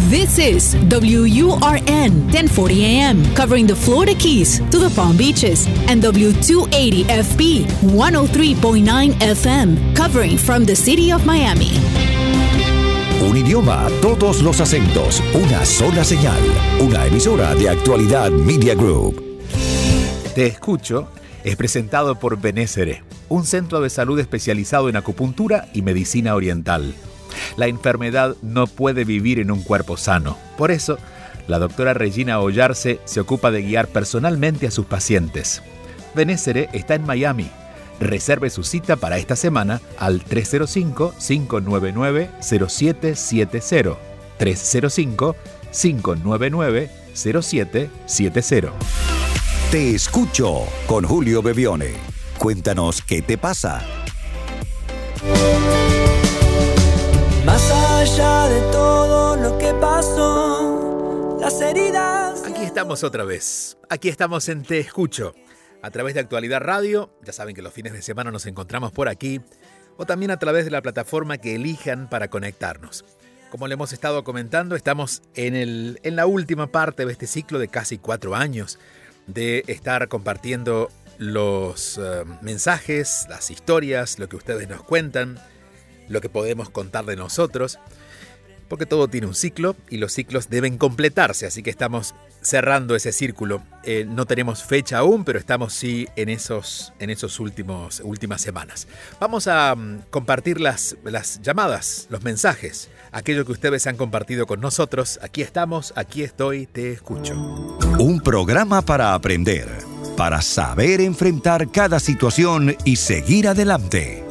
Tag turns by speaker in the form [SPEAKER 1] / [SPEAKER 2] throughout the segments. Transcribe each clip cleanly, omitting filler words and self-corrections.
[SPEAKER 1] This is WURN 1040 AM, covering the Florida Keys to the Palm Beaches, and W280FB 103.9 FM, covering from the city of Miami.
[SPEAKER 2] Un idioma, todos los acentos, una sola señal. Una emisora de Actualidad Media Group.
[SPEAKER 3] Te escucho es presentado por Benessere, un centro de salud especializado en acupuntura y medicina oriental. La enfermedad no puede vivir en un cuerpo sano. Por eso, la doctora Regina Ollarse se ocupa de guiar personalmente a sus pacientes. Benessere está en Miami. Reserve su cita para esta semana al 305-599-0770. 305-599-0770.
[SPEAKER 2] Te escucho con Julio Bevione. Cuéntanos qué te pasa.
[SPEAKER 4] Más allá de todo lo que pasó, las heridas...
[SPEAKER 3] Aquí estamos otra vez. Aquí estamos en Te Escucho. A través de Actualidad Radio, ya saben que los fines de semana nos encontramos por aquí, o también a través de la plataforma que elijan para conectarnos. Como le hemos estado comentando, estamos en la última parte de este ciclo de casi 4 años de estar compartiendo los mensajes, las historias, lo que ustedes nos cuentan, lo que podemos contar de nosotros, porque todo tiene un ciclo y los ciclos deben completarse, así que estamos cerrando ese círculo. No tenemos fecha aún, pero estamos sí en esos últimas semanas. Vamos a compartir las llamadas, los mensajes, aquello que ustedes han compartido con nosotros. Aquí estamos, aquí estoy, te escucho.
[SPEAKER 2] Un programa para aprender, para saber enfrentar cada situación y seguir adelante.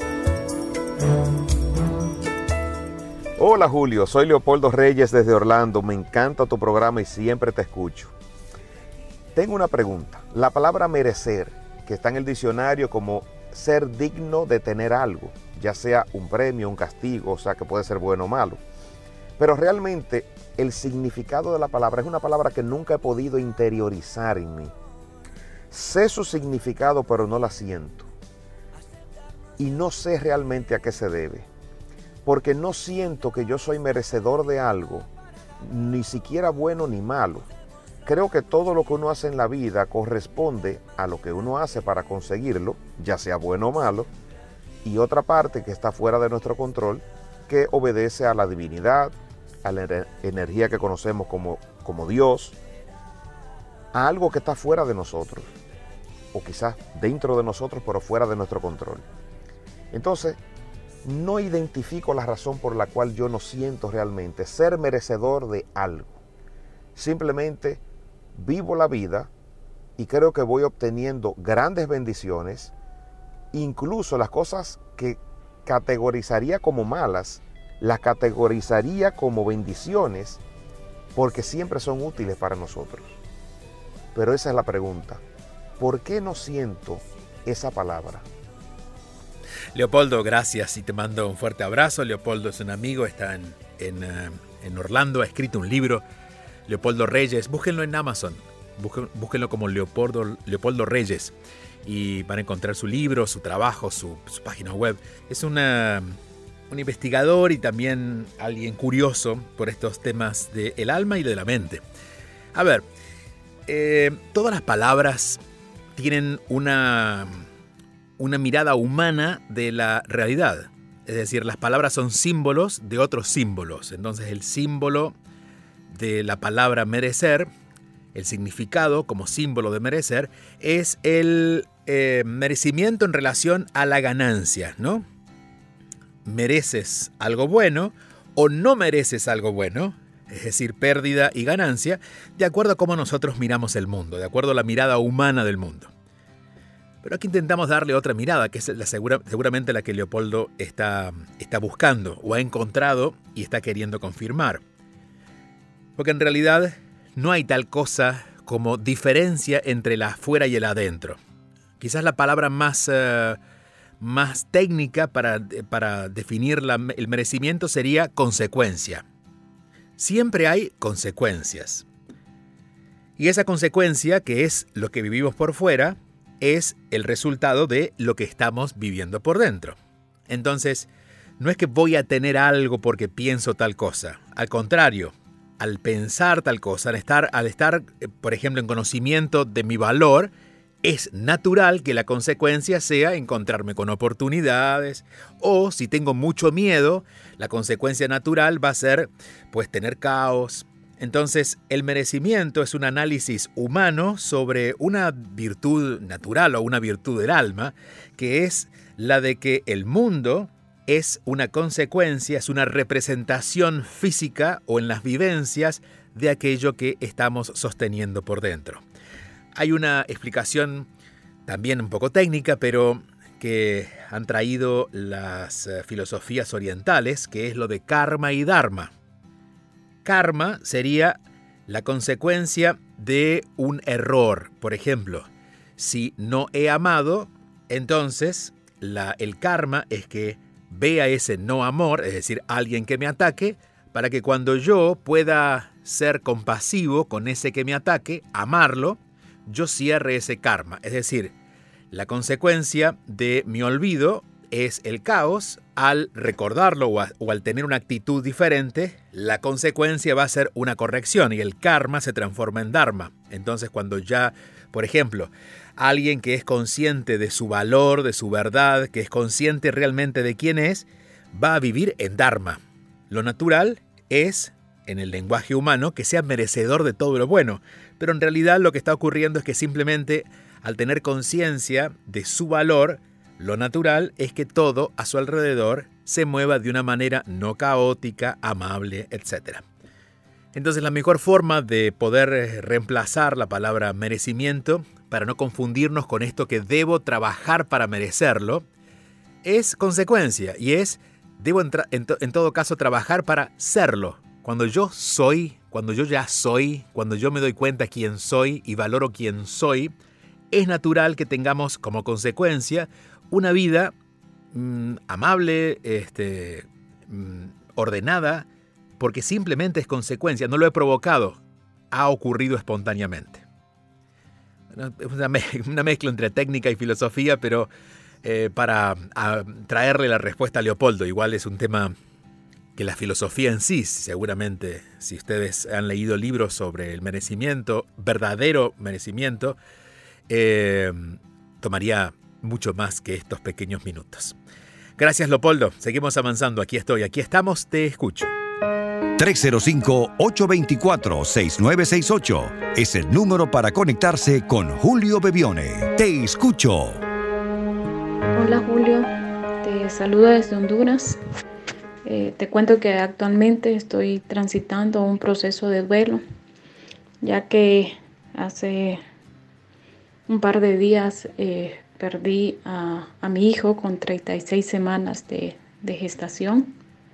[SPEAKER 5] Hola Julio, soy Leopoldo Reyes desde Orlando. Me encanta tu programa y siempre te escucho. Tengo una pregunta. La palabra merecer, que está en el diccionario como ser digno de tener algo, ya sea un premio, un castigo, o sea que puede ser bueno o malo. Pero realmente el significado de la palabra es una palabra que nunca he podido interiorizar en mí. Sé su significado, pero no la siento. Y no sé realmente a qué se debe. Porque no siento que yo soy merecedor de algo, ni siquiera bueno ni malo. Creo que todo lo que uno hace en la vida corresponde a lo que uno hace para conseguirlo, ya sea bueno o malo, y otra parte que está fuera de nuestro control, que obedece a la divinidad, a la energía que conocemos como Dios, a algo que está fuera de nosotros, o quizás dentro de nosotros, pero fuera de nuestro control. Entonces, no identifico la razón por la cual yo no siento realmente ser merecedor de algo. Simplemente vivo la vida y creo que voy obteniendo grandes bendiciones, incluso las cosas que categorizaría como malas, las categorizaría como bendiciones, porque siempre son útiles para nosotros. Pero esa es la pregunta. ¿Por qué no siento esa palabra?
[SPEAKER 3] Leopoldo, gracias y te mando un fuerte abrazo. Leopoldo es un amigo, está en Orlando, ha escrito un libro, Leopoldo Reyes. Búsquenlo en Amazon, búsquenlo como Leopoldo Reyes y van a encontrar su libro, su trabajo, su página web. Es un investigador y también alguien curioso por estos temas del alma y de la mente. A ver, todas las palabras tienen una mirada humana de la realidad. Es decir, las palabras son símbolos de otros símbolos. Entonces el símbolo de la palabra merecer, el significado como símbolo de merecer, es el merecimiento en relación a la ganancia, ¿no? Mereces algo bueno o no mereces algo bueno, es decir, pérdida y ganancia, de acuerdo a cómo nosotros miramos el mundo, de acuerdo a la mirada humana del mundo. Pero aquí intentamos darle otra mirada, que es seguramente la que Leopoldo está buscando o ha encontrado y está queriendo confirmar. Porque en realidad no hay tal cosa como diferencia entre el afuera y el adentro. Quizás la palabra más técnica para definir el merecimiento sería consecuencia. Siempre hay consecuencias. Y esa consecuencia, que es lo que vivimos por fuera, es el resultado de lo que estamos viviendo por dentro. Entonces, no es que voy a tener algo porque pienso tal cosa. Al contrario, al pensar tal cosa, al estar, por ejemplo, en conocimiento de mi valor, es natural que la consecuencia sea encontrarme con oportunidades, o si tengo mucho miedo, la consecuencia natural va a ser pues tener caos. Entonces, el merecimiento es un análisis humano sobre una virtud natural o una virtud del alma, que es la de que el mundo es una consecuencia, es una representación física o en las vivencias de aquello que estamos sosteniendo por dentro. Hay una explicación también un poco técnica, pero que han traído las filosofías orientales, que es lo de karma y dharma. Karma sería la consecuencia de un error. Por ejemplo, si no he amado, entonces el karma es que vea ese no amor, es decir, alguien que me ataque, para que cuando yo pueda ser compasivo con ese que me ataque, amarlo, yo cierre ese karma. Es decir, la consecuencia de mi olvido es el caos. Al recordarlo o al tener una actitud diferente, la consecuencia va a ser una corrección y el karma se transforma en dharma. Entonces, cuando ya, por ejemplo, alguien que es consciente de su valor, de su verdad, que es consciente realmente de quién es, va a vivir en dharma. Lo natural es, en el lenguaje humano, que sea merecedor de todo lo bueno. Pero en realidad lo que está ocurriendo es que simplemente al tener conciencia de su valor, lo natural es que todo a su alrededor se mueva de una manera no caótica, amable, etc. Entonces la mejor forma de poder reemplazar la palabra merecimiento, para no confundirnos con esto que debo trabajar para merecerlo, es consecuencia y es, debo en todo caso trabajar para serlo. Cuando yo soy, cuando yo ya soy, cuando yo me doy cuenta quién soy y valoro quién soy, es natural que tengamos como consecuencia una vida amable, ordenada, porque simplemente es consecuencia, no lo he provocado, ha ocurrido espontáneamente. Es una mezcla entre técnica y filosofía, pero para traerle la respuesta a Leopoldo, igual es un tema que la filosofía en sí, seguramente, si ustedes han leído libros sobre el merecimiento, verdadero merecimiento, tomaría mucho más que estos pequeños minutos. Gracias, Leopoldo. Seguimos avanzando. Aquí estoy, aquí estamos, te escucho.
[SPEAKER 2] 305-824-6968 es el número para conectarse con Julio Bebione. Te escucho.
[SPEAKER 6] Hola, Julio. Te saludo desde Honduras. Te cuento que actualmente estoy transitando un proceso de duelo, ya que hace un par de días perdí a mi hijo con 36 semanas de gestación.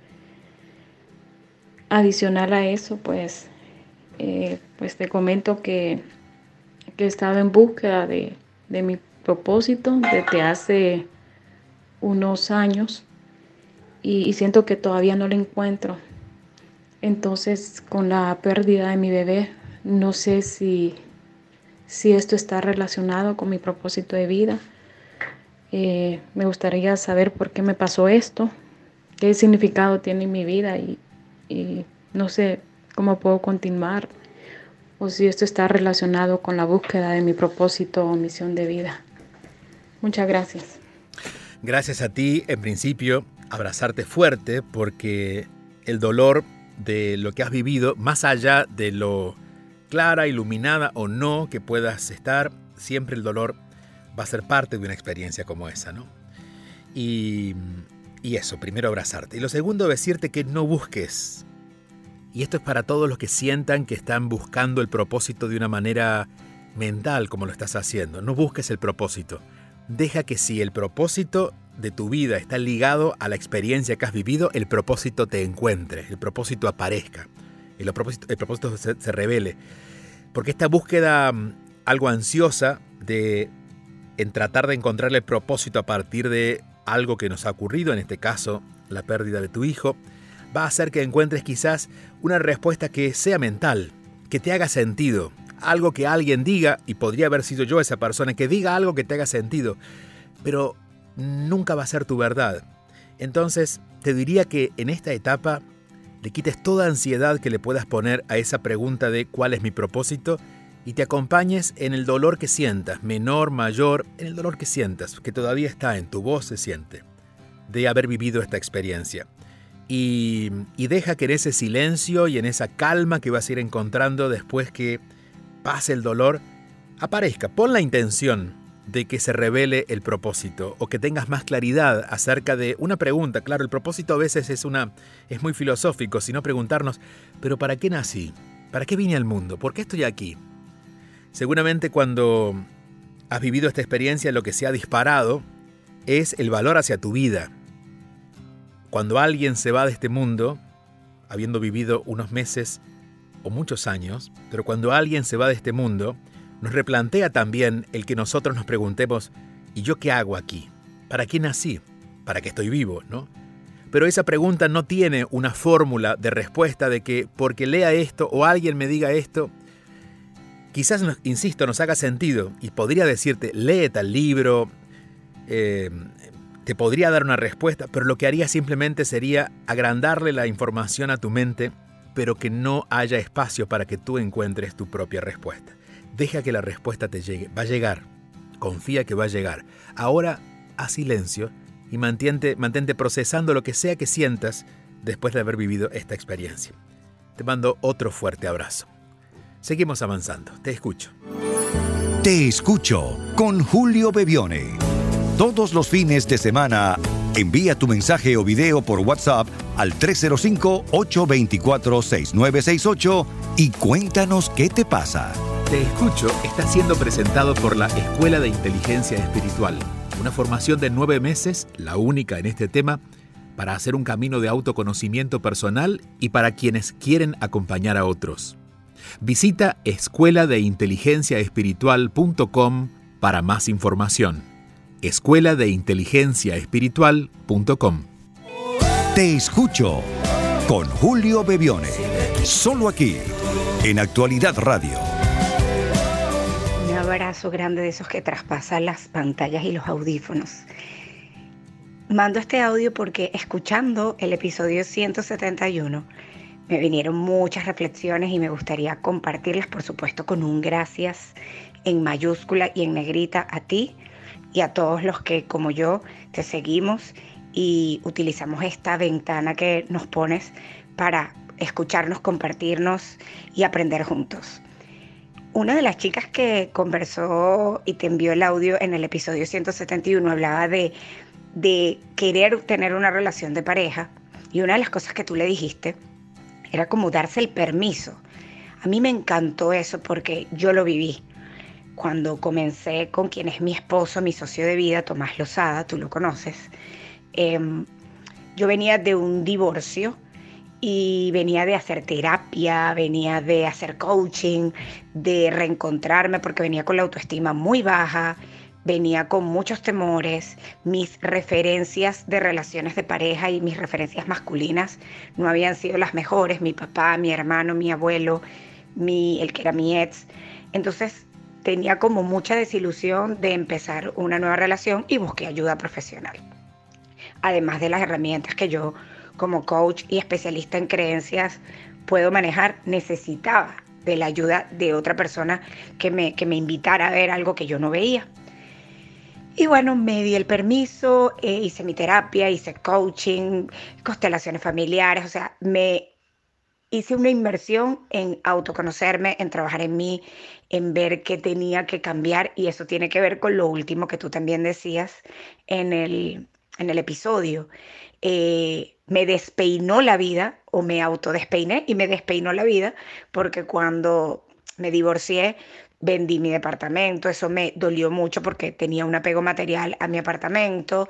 [SPEAKER 6] Adicional a eso, pues te comento que he estado en búsqueda de mi propósito desde hace unos años y siento que todavía no lo encuentro. Entonces, con la pérdida de mi bebé, no sé si esto está relacionado con mi propósito de vida. Me gustaría saber por qué me pasó esto, qué significado tiene en mi vida y no sé cómo puedo continuar o si esto está relacionado con la búsqueda de mi propósito o misión de vida. Muchas gracias.
[SPEAKER 3] Gracias a ti, en principio, abrazarte fuerte, porque el dolor de lo que has vivido, más allá de lo clara, iluminada o no que puedas estar, siempre el dolor va a ser parte de una experiencia como esa, ¿no? Y eso, primero abrazarte. Y lo segundo, decirte que no busques. Y esto es para todos los que sientan que están buscando el propósito de una manera mental, como lo estás haciendo. No busques el propósito. Deja que si el propósito de tu vida está ligado a la experiencia que has vivido, el propósito te encuentre, el propósito aparezca, el propósito se revele. Porque esta búsqueda algo ansiosa en tratar de encontrarle el propósito a partir de algo que nos ha ocurrido, en este caso la pérdida de tu hijo, va a hacer que encuentres quizás una respuesta que sea mental, que te haga sentido, algo que alguien diga, y podría haber sido yo esa persona, que diga algo que te haga sentido, pero nunca va a ser tu verdad. Entonces te diría que en esta etapa le quites toda ansiedad que le puedas poner a esa pregunta de ¿cuál es mi propósito? Y te acompañes en el dolor que sientas, menor, mayor, en el dolor que sientas, que todavía está en tu voz, se siente, de haber vivido esta experiencia. Y deja que en ese silencio y en esa calma que vas a ir encontrando después que pase el dolor, aparezca. Pon la intención de que se revele el propósito o que tengas más claridad acerca de una pregunta. Claro, el propósito a veces es muy filosófico, sino preguntarnos, ¿pero para qué nací? ¿Para qué vine al mundo? ¿Por qué estoy aquí? Seguramente cuando has vivido esta experiencia, lo que se ha disparado es el valor hacia tu vida. Cuando alguien se va de este mundo, habiendo vivido unos meses o muchos años, pero cuando alguien se va de este mundo, nos replantea también el que nosotros nos preguntemos, ¿y yo qué hago aquí? ¿Para qué nací? ¿Para qué estoy vivo? ¿No? Pero esa pregunta no tiene una fórmula de respuesta de que porque lea esto o alguien me diga esto, quizás, insisto, nos haga sentido y podría decirte, lee tal libro, te podría dar una respuesta, pero lo que haría simplemente sería agrandarle la información a tu mente, pero que no haya espacio para que tú encuentres tu propia respuesta. Deja que la respuesta te llegue, va a llegar, confía que va a llegar. Ahora, haz silencio y mantente procesando lo que sea que sientas después de haber vivido esta experiencia. Te mando otro fuerte abrazo. Seguimos avanzando, te escucho.
[SPEAKER 2] Te escucho con Julio Bebione. Todos los fines de semana, envía tu mensaje o video por WhatsApp al 305-824-6968 y cuéntanos qué te pasa.
[SPEAKER 3] Te escucho está siendo presentado por la Escuela de Inteligencia Espiritual, una formación de 9 meses, la única en este tema, para hacer un camino de autoconocimiento personal y para quienes quieren acompañar a otros. Visita escueladeinteligenciaespiritual.com para más información. escueladeinteligenciaespiritual.com.
[SPEAKER 2] Te escucho con Julio Bebione. Solo aquí, en Actualidad Radio.
[SPEAKER 7] Un abrazo grande de esos que traspasan las pantallas y los audífonos. Mando este audio porque escuchando el episodio 171 me vinieron muchas reflexiones y me gustaría compartirlas, por supuesto, con un gracias en mayúscula y en negrita a ti y a todos los que, como yo, te seguimos y utilizamos esta ventana que nos pones para escucharnos, compartirnos y aprender juntos. Una de las chicas que conversó y te envió el audio en el episodio 171 hablaba de querer tener una relación de pareja, y una de las cosas que tú le dijiste era como darse el permiso. A mí me encantó eso porque yo lo viví. Cuando comencé con quien es mi esposo, mi socio de vida, Tomás Lozada, tú lo conoces, yo venía de un divorcio y venía de hacer terapia, venía de hacer coaching, de reencontrarme porque venía con la autoestima muy baja, venía con muchos temores, mis referencias de relaciones de pareja y mis referencias masculinas no habían sido las mejores, mi papá, mi hermano, mi abuelo, el que era mi ex. Entonces tenía como mucha desilusión de empezar una nueva relación y busqué ayuda profesional. Además de las herramientas que yo como coach y especialista en creencias puedo manejar, necesitaba de la ayuda de otra persona que me invitara a ver algo que yo no veía. Y bueno, me di el permiso, hice mi terapia, hice coaching, constelaciones familiares, o sea, me hice una inversión en autoconocerme, en trabajar en mí, en ver qué tenía que cambiar, y eso tiene que ver con lo último que tú también decías en el episodio. Me despeinó la vida, o me autodespeiné y me despeinó la vida, porque cuando me divorcié, vendí mi departamento. Eso me dolió mucho porque tenía un apego material a mi apartamento.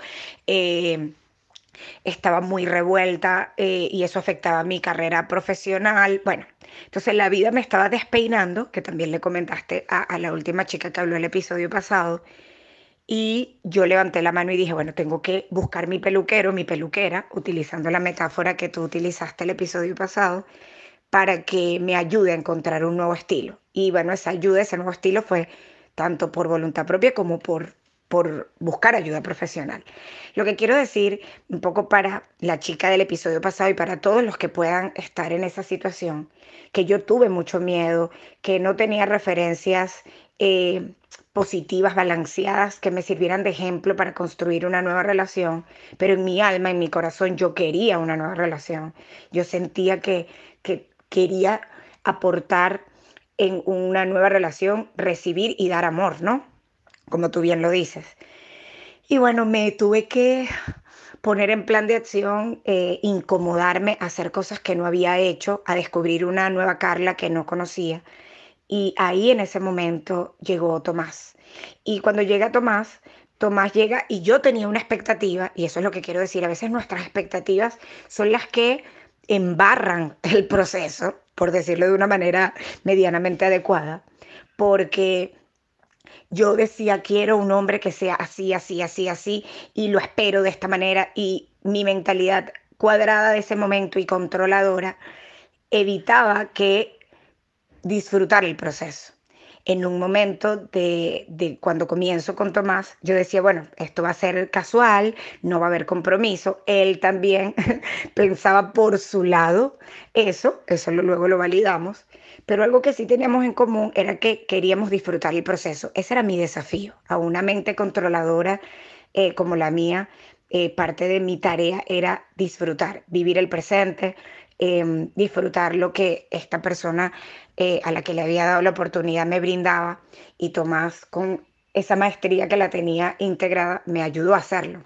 [SPEAKER 7] Estaba muy revuelta y eso afectaba mi carrera profesional. Bueno, entonces la vida me estaba despeinando, que también le comentaste a la última chica que habló el episodio pasado. Y yo levanté la mano y dije, bueno, tengo que buscar mi peluquero, mi peluquera, utilizando la metáfora que tú utilizaste el episodio pasado, para que me ayude a encontrar un nuevo estilo. Y bueno, esa ayuda, ese nuevo estilo fue tanto por voluntad propia como por por buscar ayuda profesional. Lo que quiero decir, un poco para la chica del episodio pasado y para todos los que puedan estar en esa situación, que yo tuve mucho miedo, que no tenía referencias positivas, balanceadas, que me sirvieran de ejemplo para construir una nueva relación, pero en mi alma, en mi corazón, yo quería una nueva relación. Yo sentía que quería aportar en una nueva relación, recibir y dar amor, ¿no? Como tú bien lo dices. Y bueno, me tuve que poner en plan de acción, incomodarme, a hacer cosas que no había hecho, a descubrir una nueva Carla que no conocía. Y ahí en ese momento llegó Tomás. Y cuando llega Tomás llega y yo tenía una expectativa, y eso es lo que quiero decir, a veces nuestras expectativas son las que embarran el proceso, por decirlo de una manera medianamente adecuada, porque yo decía, quiero un hombre que sea así, así, así, así, y lo espero de esta manera, y mi mentalidad cuadrada de ese momento y controladora evitaba que disfrutar el proceso. En un momento de cuando comienzo con Tomás, yo decía, bueno, esto va a ser casual, no va a haber compromiso. Él también pensaba por su lado eso luego lo validamos. Pero algo que sí teníamos en común era que queríamos disfrutar el proceso. Ese era mi desafío. A una mente controladora como la mía, parte de mi tarea era disfrutar, vivir el presente, disfrutar lo que esta persona a la que le había dado la oportunidad me brindaba, y Tomás, con esa maestría que la tenía integrada, me ayudó a hacerlo.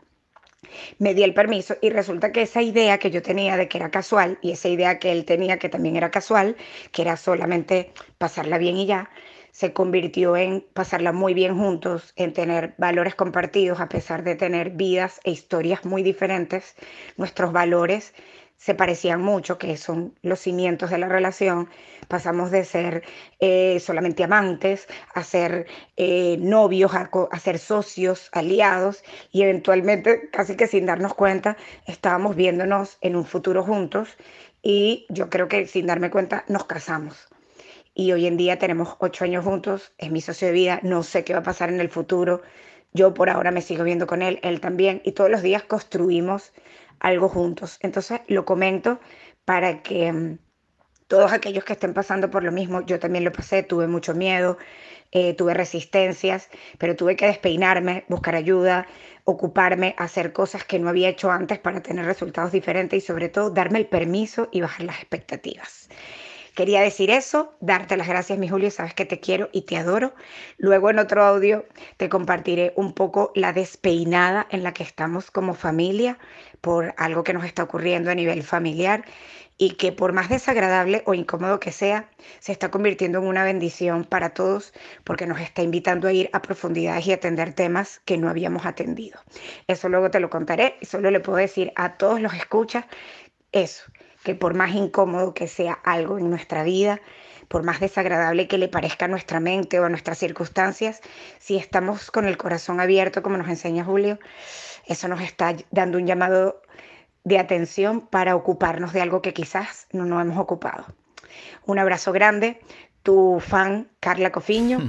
[SPEAKER 7] Me di el permiso y resulta que esa idea que yo tenía de que era casual y esa idea que él tenía que también era casual, que era solamente pasarla bien y ya, se convirtió en pasarla muy bien juntos, en tener valores compartidos a pesar de tener vidas e historias muy diferentes. Nuestros valores se parecían mucho, que son los cimientos de la relación. Pasamos de ser solamente amantes a ser novios, a ser socios, aliados, y eventualmente, casi que sin darnos cuenta, estábamos viéndonos en un futuro juntos, y yo creo que sin darme cuenta nos casamos. Y hoy en día tenemos 8 años juntos, es mi socio de vida, no sé qué va a pasar en el futuro. Yo por ahora me sigo viendo con él, él también, y todos los días construimos algo juntos. Entonces lo comento para que todos aquellos que estén pasando por lo mismo, yo también lo pasé, tuve mucho miedo, tuve resistencias, pero tuve que despeinarme, buscar ayuda, ocuparme, hacer cosas que no había hecho antes para tener resultados diferentes, y sobre todo darme el permiso y bajar las expectativas. Quería decir eso, darte las gracias, mi Julio, sabes que te quiero y te adoro. Luego en otro audio te compartiré un poco la despeinada en la que estamos como familia por algo que nos está ocurriendo a nivel familiar, y que por más desagradable o incómodo que sea, se está convirtiendo en una bendición para todos, porque nos está invitando a ir a profundidades y atender temas que no habíamos atendido. Eso luego te lo contaré, y solo le puedo decir a todos los escuchas eso, que por más incómodo que sea algo en nuestra vida, por más desagradable que le parezca a nuestra mente o a nuestras circunstancias, si estamos con el corazón abierto, como nos enseña Julio, eso nos está dando un llamado de atención para ocuparnos de algo que quizás no nos hemos ocupado. Un abrazo grande, tu fan Carla Cofiño,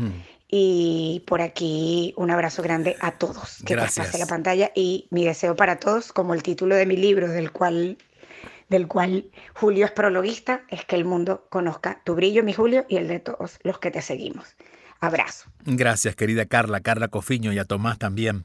[SPEAKER 7] y por aquí un abrazo grande a todos que traspase la pantalla, y mi deseo para todos, como el título de mi libro del cual Julio es prologuista, es que el mundo conozca tu brillo, mi Julio, y el de todos los que te seguimos. Abrazo.
[SPEAKER 3] Gracias, querida Carla Cofiño, y a Tomás también.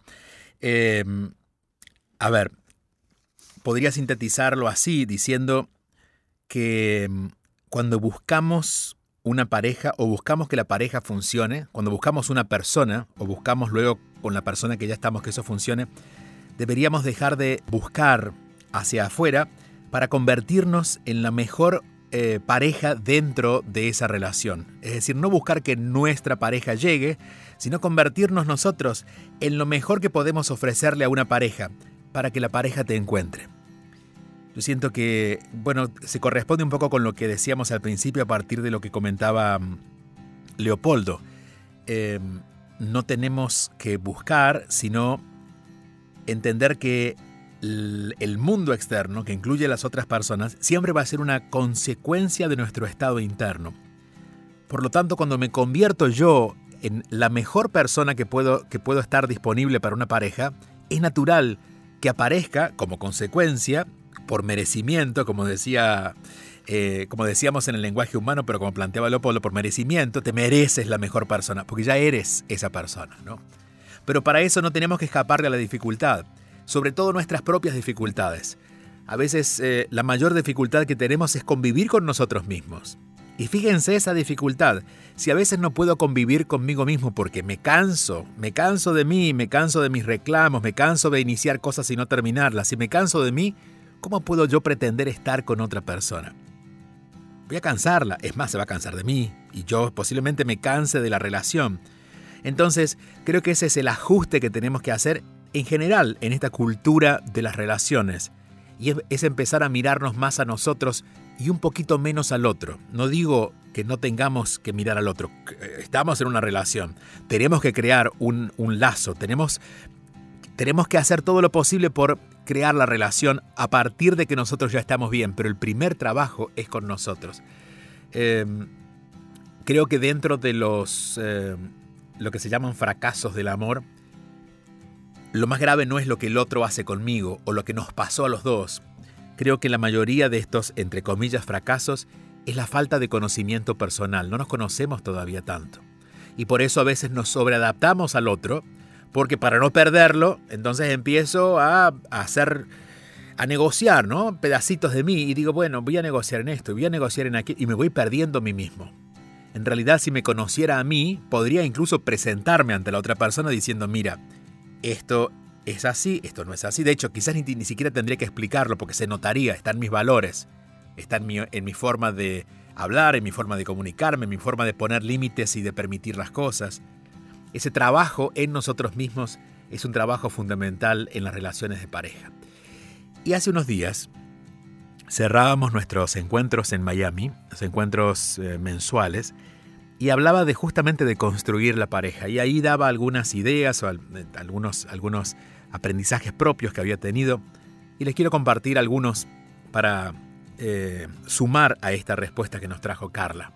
[SPEAKER 3] A ver, podría sintetizarlo así, diciendo que cuando buscamos una pareja o buscamos que la pareja funcione, cuando buscamos una persona o buscamos luego con la persona que ya estamos que eso funcione, deberíamos dejar de buscar hacia afuera para convertirnos en la mejor pareja dentro de esa relación. Es decir, no buscar que nuestra pareja llegue, sino convertirnos nosotros en lo mejor que podemos ofrecerle a una pareja para que la pareja te encuentre. Yo siento que, bueno, se corresponde un poco con lo que decíamos al principio a partir de lo que comentaba Leopoldo. No tenemos que buscar, sino entender que el mundo externo, que incluye a las otras personas, siempre va a ser una consecuencia de nuestro estado interno. Por lo tanto, cuando me convierto yo en la mejor persona que puedo estar disponible para una pareja, es natural que aparezca como consecuencia, por merecimiento, como decíamos en el lenguaje humano, pero como planteaba Leopoldo, por merecimiento, te mereces la mejor persona, porque ya eres esa persona, ¿no? Pero para eso no tenemos que escaparle a la dificultad, sobre todo nuestras propias dificultades. A veces la mayor dificultad que tenemos es convivir con nosotros mismos. Y fíjense esa dificultad. Si a veces no puedo convivir conmigo mismo porque me canso de mí, me canso de mis reclamos, me canso de iniciar cosas y no terminarlas, si me canso de mí, ¿cómo puedo yo pretender estar con otra persona? Voy a cansarla, es más, se va a cansar de mí y yo posiblemente me canse de la relación. Entonces, creo que ese es el ajuste que tenemos que hacer en general en esta cultura de las relaciones. Y es empezar a mirarnos más a nosotros y un poquito menos al otro. No digo que no tengamos que mirar al otro. Estamos en una relación. Tenemos que crear un lazo. Tenemos que hacer todo lo posible por crear la relación a partir de que nosotros ya estamos bien. Pero el primer trabajo es con nosotros. Creo que dentro de lo que se llaman fracasos del amor, lo más grave no es lo que el otro hace conmigo o lo que nos pasó a los dos. Creo que la mayoría de estos, entre comillas, fracasos es la falta de conocimiento personal. No nos conocemos todavía tanto. Y por eso a veces nos sobreadaptamos al otro, porque para no perderlo, entonces empiezo a negociar, ¿no? Pedacitos de mí y digo, bueno, voy a negociar en esto, voy a negociar en aquello y me voy perdiendo a mí mismo. En realidad, si me conociera a mí, podría incluso presentarme ante la otra persona diciendo, mira, esto es así, esto no es así. De hecho, quizás ni siquiera tendría que explicarlo porque se notaría, está en mis valores, está en mi forma de hablar, en mi forma de comunicarme, en mi forma de poner límites y de permitir las cosas. Ese trabajo en nosotros mismos es un trabajo fundamental en las relaciones de pareja. Y hace unos días cerrábamos nuestros encuentros en Miami, los encuentros mensuales, y hablaba justamente de construir la pareja. Y ahí daba algunas ideas o algunos aprendizajes propios que había tenido. Y les quiero compartir algunos para sumar a esta respuesta que nos trajo Carla.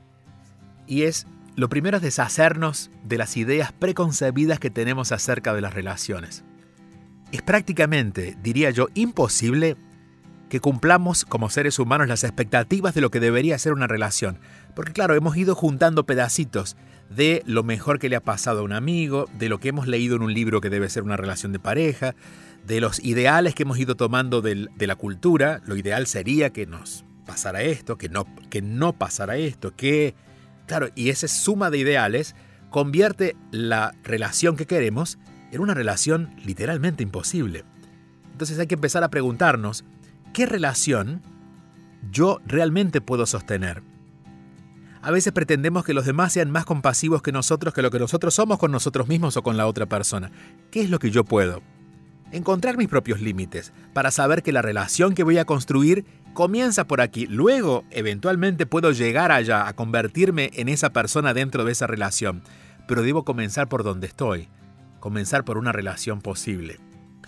[SPEAKER 3] Y lo primero es deshacernos de las ideas preconcebidas que tenemos acerca de las relaciones. Es prácticamente, diría yo, imposible que cumplamos como seres humanos las expectativas de lo que debería ser una relación. Porque claro, hemos ido juntando pedacitos de lo mejor que le ha pasado a un amigo, de lo que hemos leído en un libro que debe ser una relación de pareja, de los ideales que hemos ido tomando de la cultura. Lo ideal sería que nos pasara esto, que no pasara esto, claro, y esa suma de ideales convierte la relación que queremos en una relación literalmente imposible. Entonces hay que empezar a preguntarnos, ¿qué relación yo realmente puedo sostener? A veces pretendemos que los demás sean más compasivos que nosotros, que lo que nosotros somos con nosotros mismos o con la otra persona. ¿Qué es lo que yo puedo? Encontrar mis propios límites para saber que la relación que voy a construir comienza por aquí. Luego, eventualmente puedo llegar allá, a convertirme en esa persona dentro de esa relación. Pero debo comenzar por donde estoy. Comenzar por una relación posible.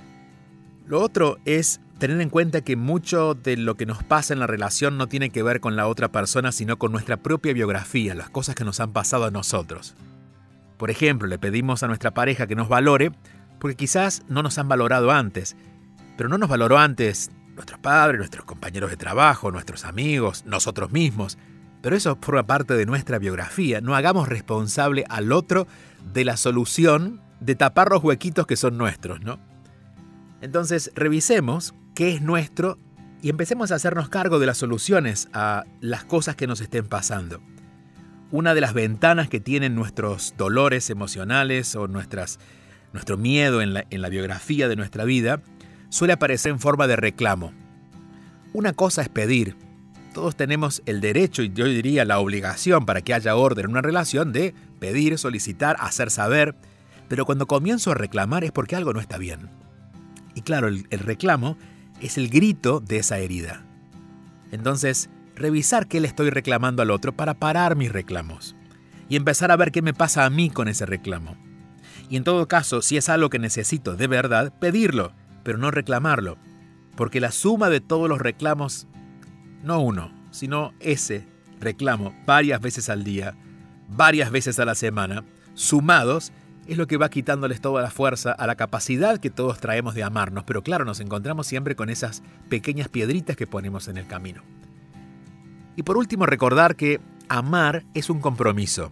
[SPEAKER 3] Lo otro es tener en cuenta que mucho de lo que nos pasa en la relación no tiene que ver con la otra persona, sino con nuestra propia biografía, las cosas que nos han pasado a nosotros. Por ejemplo, le pedimos a nuestra pareja que nos valore, porque quizás no nos han valorado antes, pero no nos valoró antes nuestros padres, nuestros compañeros de trabajo, nuestros amigos, nosotros mismos. Pero eso forma parte de nuestra biografía. No hagamos responsable al otro de la solución de tapar los huequitos que son nuestros, ¿no? Entonces, revisemos qué es nuestro y empecemos a hacernos cargo de las soluciones a las cosas que nos estén pasando. Una de las ventanas que tienen nuestros dolores emocionales o nuestro miedo en la biografía de nuestra vida suele aparecer en forma de reclamo. Una cosa es pedir. Todos tenemos el derecho y yo diría la obligación para que haya orden en una relación de pedir, solicitar, hacer saber. Pero cuando comienzo a reclamar es porque algo no está bien. Y claro, el reclamo es el grito de esa herida. Entonces, revisar qué le estoy reclamando al otro para parar mis reclamos. Y empezar a ver qué me pasa a mí con ese reclamo. Y en todo caso, si es algo que necesito de verdad, pedirlo, pero no reclamarlo. Porque la suma de todos los reclamos, no uno, sino ese reclamo varias veces al día, varias veces a la semana, sumados, es lo que va quitándoles toda la fuerza a la capacidad que todos traemos de amarnos. Pero claro, nos encontramos siempre con esas pequeñas piedritas que ponemos en el camino. Y por último, recordar que amar es un compromiso.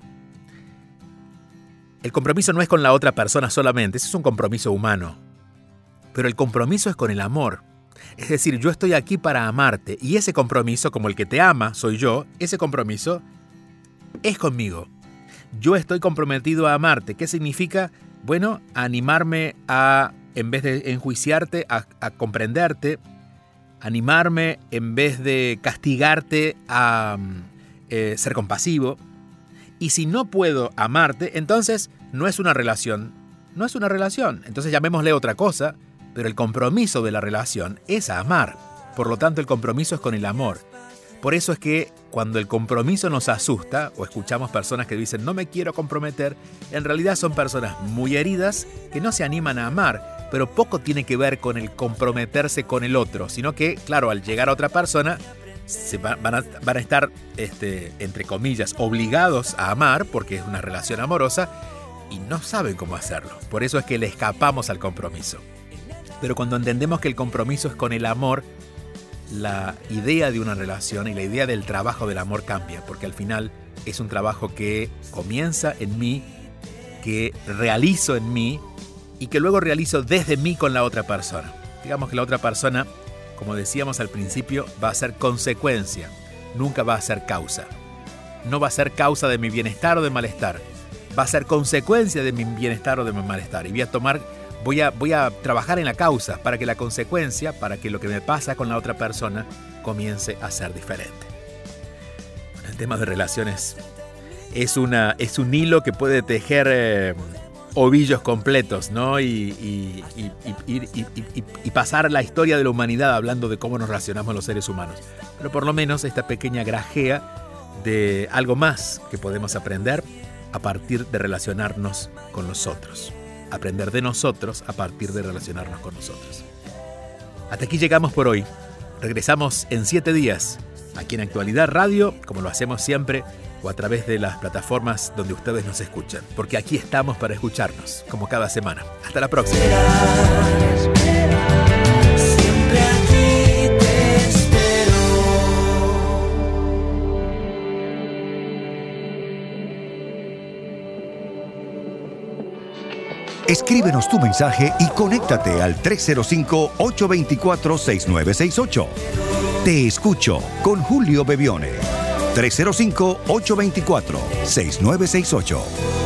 [SPEAKER 3] El compromiso no es con la otra persona solamente, ese es un compromiso humano. Pero el compromiso es con el amor. Es decir, yo estoy aquí para amarte y ese compromiso, como el que te ama, soy yo, ese compromiso es conmigo. Yo estoy comprometido a amarte. ¿Qué significa? Bueno, animarme a, en vez de enjuiciarte, a comprenderte, animarme en vez de castigarte, a ser compasivo. Y si no puedo amarte, entonces no es una relación. No es una relación. Entonces llamémosle otra cosa, pero el compromiso de la relación es a amar. Por lo tanto, el compromiso es con el amor. Por eso es que cuando el compromiso nos asusta, o escuchamos personas que dicen no me quiero comprometer, en realidad son personas muy heridas que no se animan a amar, pero poco tiene que ver con el comprometerse con el otro, sino que, claro, al llegar a otra persona, van a estar, entre comillas, obligados a amar, porque es una relación amorosa, y no saben cómo hacerlo. Por eso es que le escapamos al compromiso. Pero cuando entendemos que el compromiso es con el amor, la idea de una relación y la idea del trabajo del amor cambia, porque al final es un trabajo que comienza en mí, que realizo en mí y que luego realizo desde mí con la otra persona. Digamos que la otra persona, como decíamos al principio, va a ser consecuencia, nunca va a ser causa. No va a ser causa de mi bienestar o de malestar, va a ser consecuencia de mi bienestar o de mi malestar. Y voy a trabajar en la causa para que la consecuencia, para que lo que me pasa con la otra persona comience a ser diferente. Bueno, el tema de relaciones es un hilo que puede tejer ovillos completos, ¿no? Y pasar la historia de la humanidad hablando de cómo nos relacionamos los seres humanos. Pero por lo menos esta pequeña grajea de algo más que podemos aprender a partir de relacionarnos con los otros. Aprender de nosotros a partir de relacionarnos con nosotros. Hasta aquí llegamos por hoy. Regresamos en 7 días, aquí en Actualidad Radio, como lo hacemos siempre, o a través de las plataformas donde ustedes nos escuchan, porque aquí estamos para escucharnos, como cada semana. Hasta la próxima.
[SPEAKER 4] Siempre aquí te espero.
[SPEAKER 2] Escríbenos tu mensaje y conéctate al 305-824-6968. Te escucho con Julio Bebione. 305-824-6968.